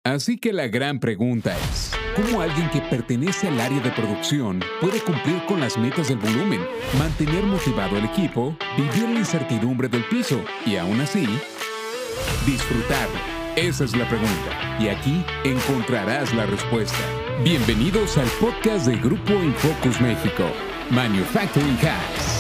Así que la gran pregunta es, ¿cómo alguien que pertenece al área de producción puede cumplir con las metas del volumen, mantener motivado al equipo, vivir la incertidumbre del piso y aún así, disfrutarlo? Esa es la pregunta y aquí encontrarás la respuesta. Bienvenidos al podcast de Grupo Infocus México, Manufacturing Hacks.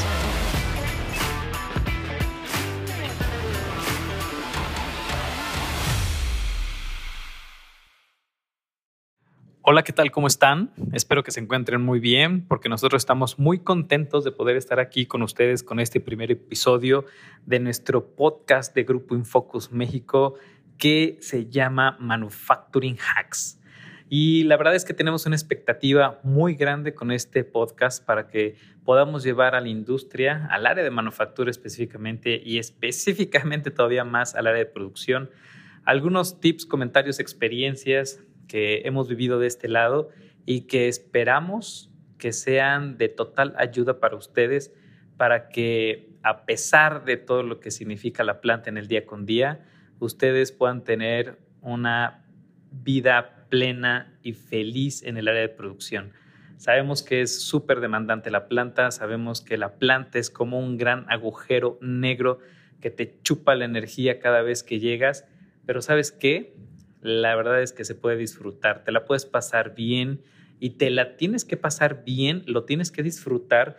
Hola, ¿qué tal? ¿Cómo están? Espero que se encuentren muy bien porque nosotros estamos muy contentos de poder estar aquí con ustedes con este primer episodio de nuestro podcast de Grupo Infocus México que se llama Manufacturing Hacks. Y la verdad es que tenemos una expectativa muy grande con este podcast para que podamos llevar a la industria, al área de manufactura específicamente y específicamente todavía más al área de producción, algunos tips, comentarios, experiencias que hemos vivido de este lado y que esperamos que sean de total ayuda para ustedes, para que a pesar de todo lo que significa la planta en el día con día, ustedes puedan tener una vida plena y feliz en el área de producción. Sabemos que es súper demandante la planta, sabemos que la planta es como un gran agujero negro que te chupa la energía cada vez que llegas, pero ¿sabes qué? La verdad es que se puede disfrutar, te la puedes pasar bien y te la tienes que pasar bien, lo tienes que disfrutar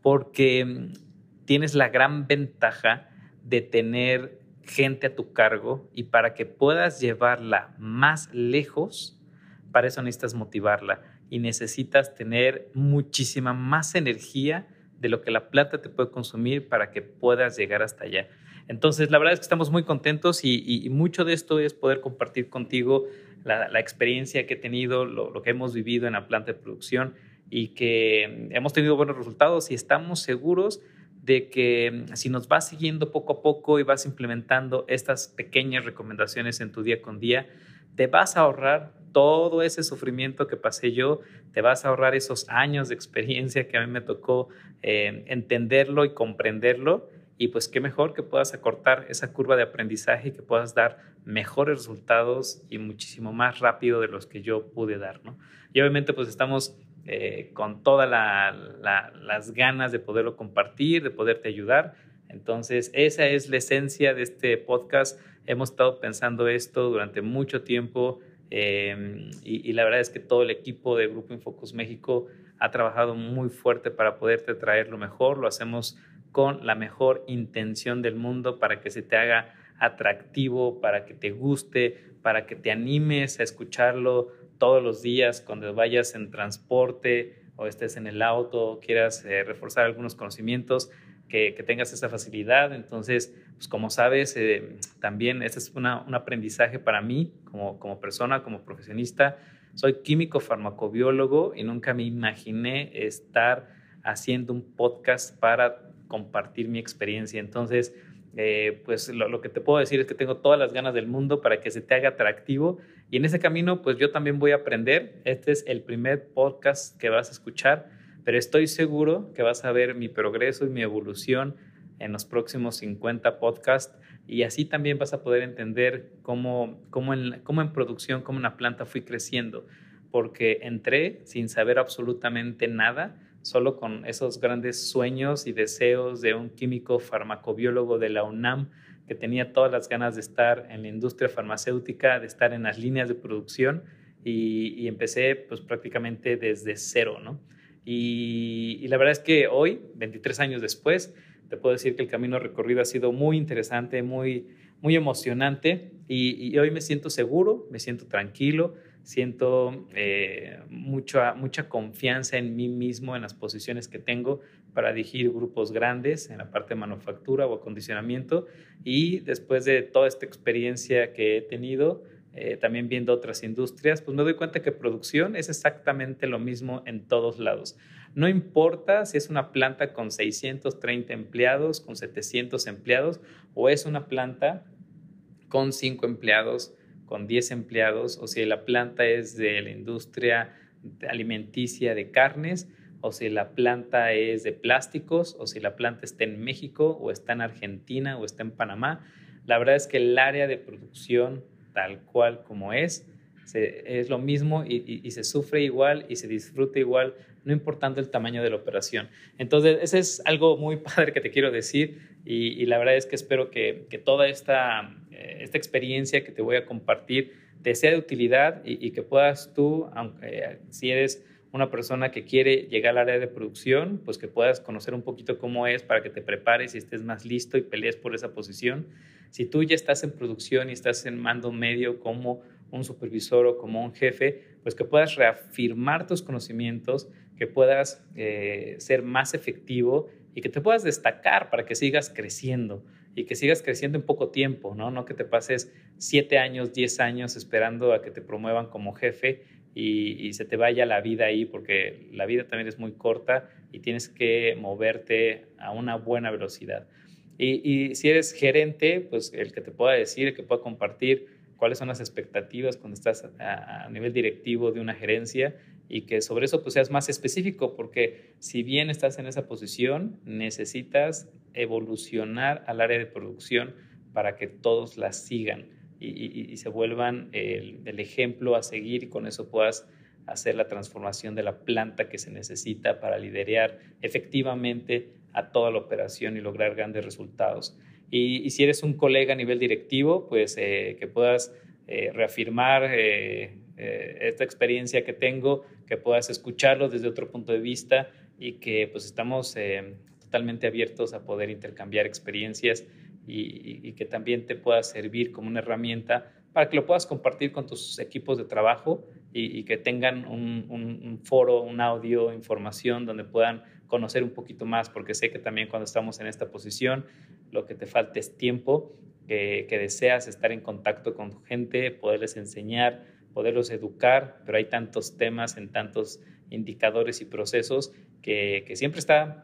porque tienes la gran ventaja de tener gente a tu cargo y para que puedas llevarla más lejos, para eso necesitas motivarla y necesitas tener muchísima más energía de lo que la planta te puede consumir para que puedas llegar hasta allá. Entonces, la verdad es que estamos muy contentos y mucho de esto es poder compartir contigo la experiencia que he tenido, lo que hemos vivido en la planta de producción y que hemos tenido buenos resultados y estamos seguros de que si nos vas siguiendo poco a poco y vas implementando estas pequeñas recomendaciones en tu día con día, te vas a ahorrar todo ese sufrimiento que pasé yo, te vas a ahorrar esos años de experiencia que a mí me tocó entenderlo y comprenderlo. Y pues qué mejor que puedas acortar esa curva de aprendizaje y que puedas dar mejores resultados y muchísimo más rápido de los que yo pude dar, ¿no? Y obviamente pues estamos con todas las ganas de poderlo compartir, de poderte ayudar. Entonces esa es la esencia de este podcast. Hemos estado pensando esto durante mucho tiempo y la verdad es que todo el equipo de Grupo Infocus México ha trabajado muy fuerte para poderte traer lo mejor. Lo hacemos con la mejor intención del mundo para que se te haga atractivo, para que te guste, para que te animes a escucharlo todos los días cuando vayas en transporte o estés en el auto o quieras reforzar algunos conocimientos, que tengas esa facilidad. Entonces, pues como sabes, también este es un aprendizaje para mí como persona, como profesionista. Soy químico farmacobiólogo y nunca me imaginé estar haciendo un podcast para compartir mi experiencia. Entonces, pues lo que te puedo decir es que tengo todas las ganas del mundo para que se te haga atractivo y en ese camino pues yo también voy a aprender. Este es el primer podcast que vas a escuchar, pero estoy seguro que vas a ver mi progreso y mi evolución en los próximos 50 podcasts y así también vas a poder entender cómo en producción, cómo en la planta fui creciendo, porque entré sin saber absolutamente nada, solo con esos grandes sueños y deseos de un químico farmacobiólogo de la UNAM que tenía todas las ganas de estar en la industria farmacéutica, de estar en las líneas de producción y empecé pues prácticamente desde cero, ¿no? Y la verdad es que hoy, 23 años después, te puedo decir que el camino recorrido ha sido muy interesante, muy emocionante y hoy me siento seguro, me siento tranquilo, siento mucha confianza en mí mismo, en las posiciones que tengo para dirigir grupos grandes en la parte de manufactura o acondicionamiento y después de toda esta experiencia que he tenido, también viendo otras industrias, pues me doy cuenta que producción es exactamente lo mismo en todos lados. No importa si es una planta con 630 empleados, con 700 empleados o es una planta con 5 empleados, con 10 empleados, o si la planta es de la industria alimenticia de carnes, o si la planta es de plásticos, o si la planta está en México, o está en Argentina, o está en Panamá. La verdad es que el área de producción, tal cual como es, es lo mismo y se sufre igual y se disfruta igual, no importando el tamaño de la operación. Entonces, ese es algo muy padre que te quiero decir y la verdad es que espero que toda esta experiencia que te voy a compartir te sea de utilidad y que puedas tú, aunque, si eres una persona que quiere llegar al área de producción, pues que puedas conocer un poquito cómo es para que te prepares y estés más listo y pelees por esa posición. Si tú ya estás en producción y estás en mando medio como un supervisor o como un jefe, pues que puedas reafirmar tus conocimientos, que puedas ser más efectivo y que te puedas destacar para que sigas creciendo y que sigas creciendo en poco tiempo, ¿no? No que te pases 7 años, 10 años esperando a que te promuevan como jefe y se te vaya la vida ahí, porque la vida también es muy corta y tienes que moverte a una buena velocidad. Y si eres gerente, pues el que te pueda decir, el que pueda compartir cuáles son las expectativas cuando estás a nivel directivo de una gerencia y que sobre eso pues seas más específico, porque si bien estás en esa posición, necesitas evolucionar al área de producción para que todos la sigan y se vuelvan el ejemplo a seguir y con eso puedas hacer la transformación de la planta que se necesita para liderar efectivamente a toda la operación y lograr grandes resultados. Y si eres un colega a nivel directivo, pues que puedas reafirmar esta experiencia que tengo, que puedas escucharlo desde otro punto de vista y que pues estamos totalmente abiertos a poder intercambiar experiencias y que también te pueda servir como una herramienta para que lo puedas compartir con tus equipos de trabajo y que tengan un foro, un audio, información donde puedan conocer un poquito más, porque sé que también cuando estamos en esta posición lo que te falta es tiempo, que deseas estar en contacto con tu gente, poderles enseñar, poderlos educar, pero hay tantos temas en tantos indicadores y procesos que siempre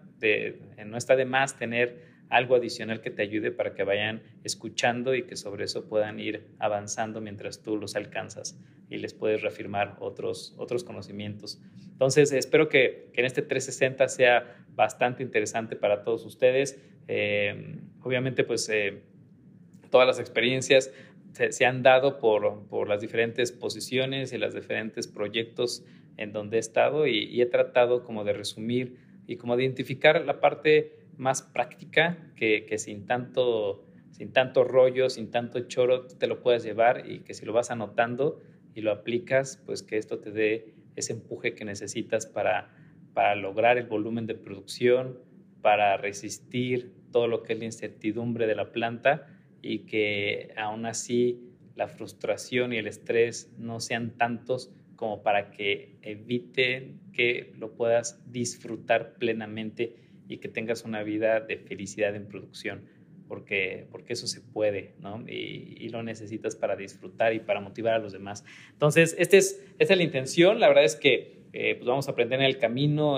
no está de más tener algo adicional que te ayude para que vayan escuchando y que sobre eso puedan ir avanzando mientras tú los alcanzas y les puedes reafirmar otros conocimientos. Entonces, espero que en este 360 sea bastante interesante para todos ustedes. Obviamente, pues todas las experiencias se han dado por las diferentes posiciones y los diferentes proyectos en donde he estado y he tratado como de resumir y como de identificar la parte más práctica que sin tanto rollo, sin tanto choro, te lo puedas llevar y que si lo vas anotando y lo aplicas, pues que esto te dé ese empuje que necesitas para lograr el volumen de producción, para resistir todo lo que es la incertidumbre de la planta y que aún así la frustración y el estrés no sean tantos como para que eviten que lo puedas disfrutar plenamente y que tengas una vida de felicidad en producción, porque eso se puede, ¿no? Y lo necesitas para disfrutar y para motivar a los demás. Entonces, esta es la intención. La verdad es que pues vamos a aprender en el camino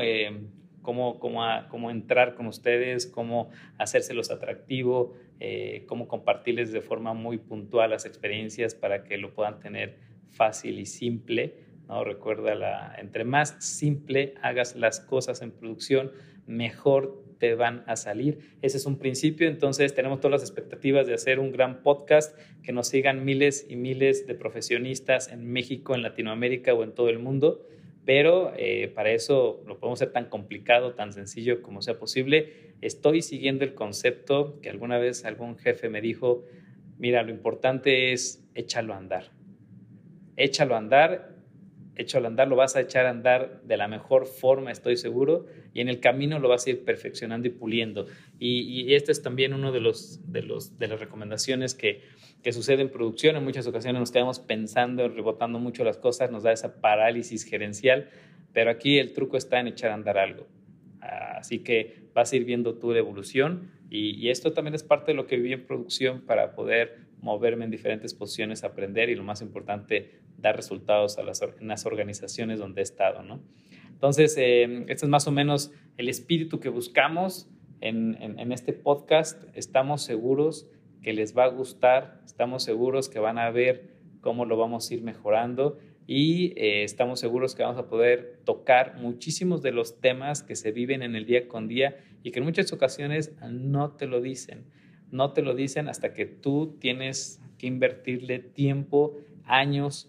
cómo entrar con ustedes, cómo hacérselos atractivo, cómo compartirles de forma muy puntual las experiencias para que lo puedan tener fácil y simple, ¿no? Recuerda, entre más simple hagas las cosas en producción, mejor te van a salir. Ese es un principio, entonces tenemos todas las expectativas de hacer un gran podcast, que nos sigan miles y miles de profesionistas en México, en Latinoamérica o en todo el mundo, pero para eso lo podemos hacer tan complicado, tan sencillo como sea posible. Estoy siguiendo el concepto que alguna vez algún jefe me dijo: mira, lo importante es échalo a andar. Échalo a andar, lo vas a echar a andar de la mejor forma, estoy seguro, y en el camino lo vas a ir perfeccionando y puliendo. Y este es también uno de las recomendaciones que sucede en producción. En muchas ocasiones nos quedamos pensando, rebotando mucho las cosas, nos da esa parálisis gerencial, pero aquí el truco está en echar a andar algo. Así que vas a ir viendo tu evolución y esto también es parte de lo que viví en producción para poder moverme en diferentes posiciones, aprender y lo más importante, dar resultados en las organizaciones donde he estado, ¿no? Entonces, este es más o menos el espíritu que buscamos en este podcast. Estamos seguros que les va a gustar, estamos seguros que van a ver cómo lo vamos a ir mejorando y estamos seguros que vamos a poder tocar muchísimos de los temas que se viven en el día con día y que en muchas ocasiones no te lo dicen. No te lo dicen hasta que tú tienes que invertirle tiempo, años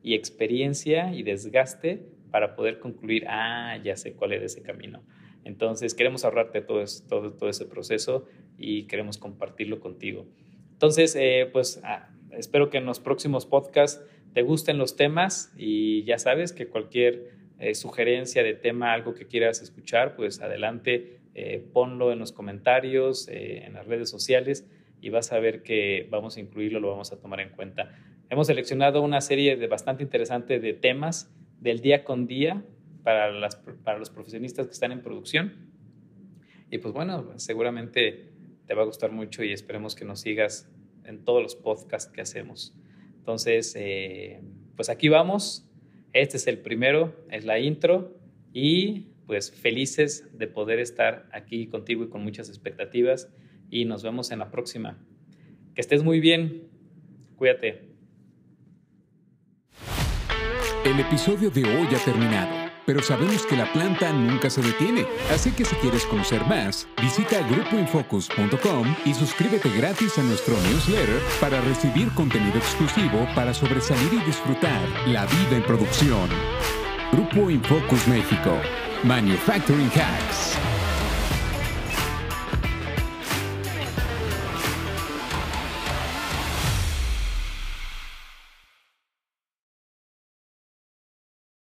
y experiencia y desgaste para poder concluir, ya sé cuál era ese camino. Entonces queremos ahorrarte todo ese proceso y queremos compartirlo contigo. Entonces, espero que en los próximos podcasts te gusten los temas y ya sabes que cualquier sugerencia de tema, algo que quieras escuchar, pues adelante, ponlo en los comentarios, en las redes sociales y vas a ver que vamos a incluirlo, lo vamos a tomar en cuenta. Hemos seleccionado una serie bastante interesante de temas del día con día para los profesionistas que están en producción. Y pues bueno, seguramente te va a gustar mucho y esperemos que nos sigas en todos los podcasts que hacemos. Entonces, pues aquí vamos. Este es el primero, es la intro y pues felices de poder estar aquí contigo y con muchas expectativas y nos vemos en la próxima. Que estés muy bien. Cuídate. El episodio de hoy ha terminado, pero sabemos que la planta nunca se detiene. Así que si quieres conocer más, visita grupoinfocus.com y suscríbete gratis a nuestro newsletter para recibir contenido exclusivo para sobresalir y disfrutar la vida en producción. Grupo Infocus México. Manufacturing Hacks.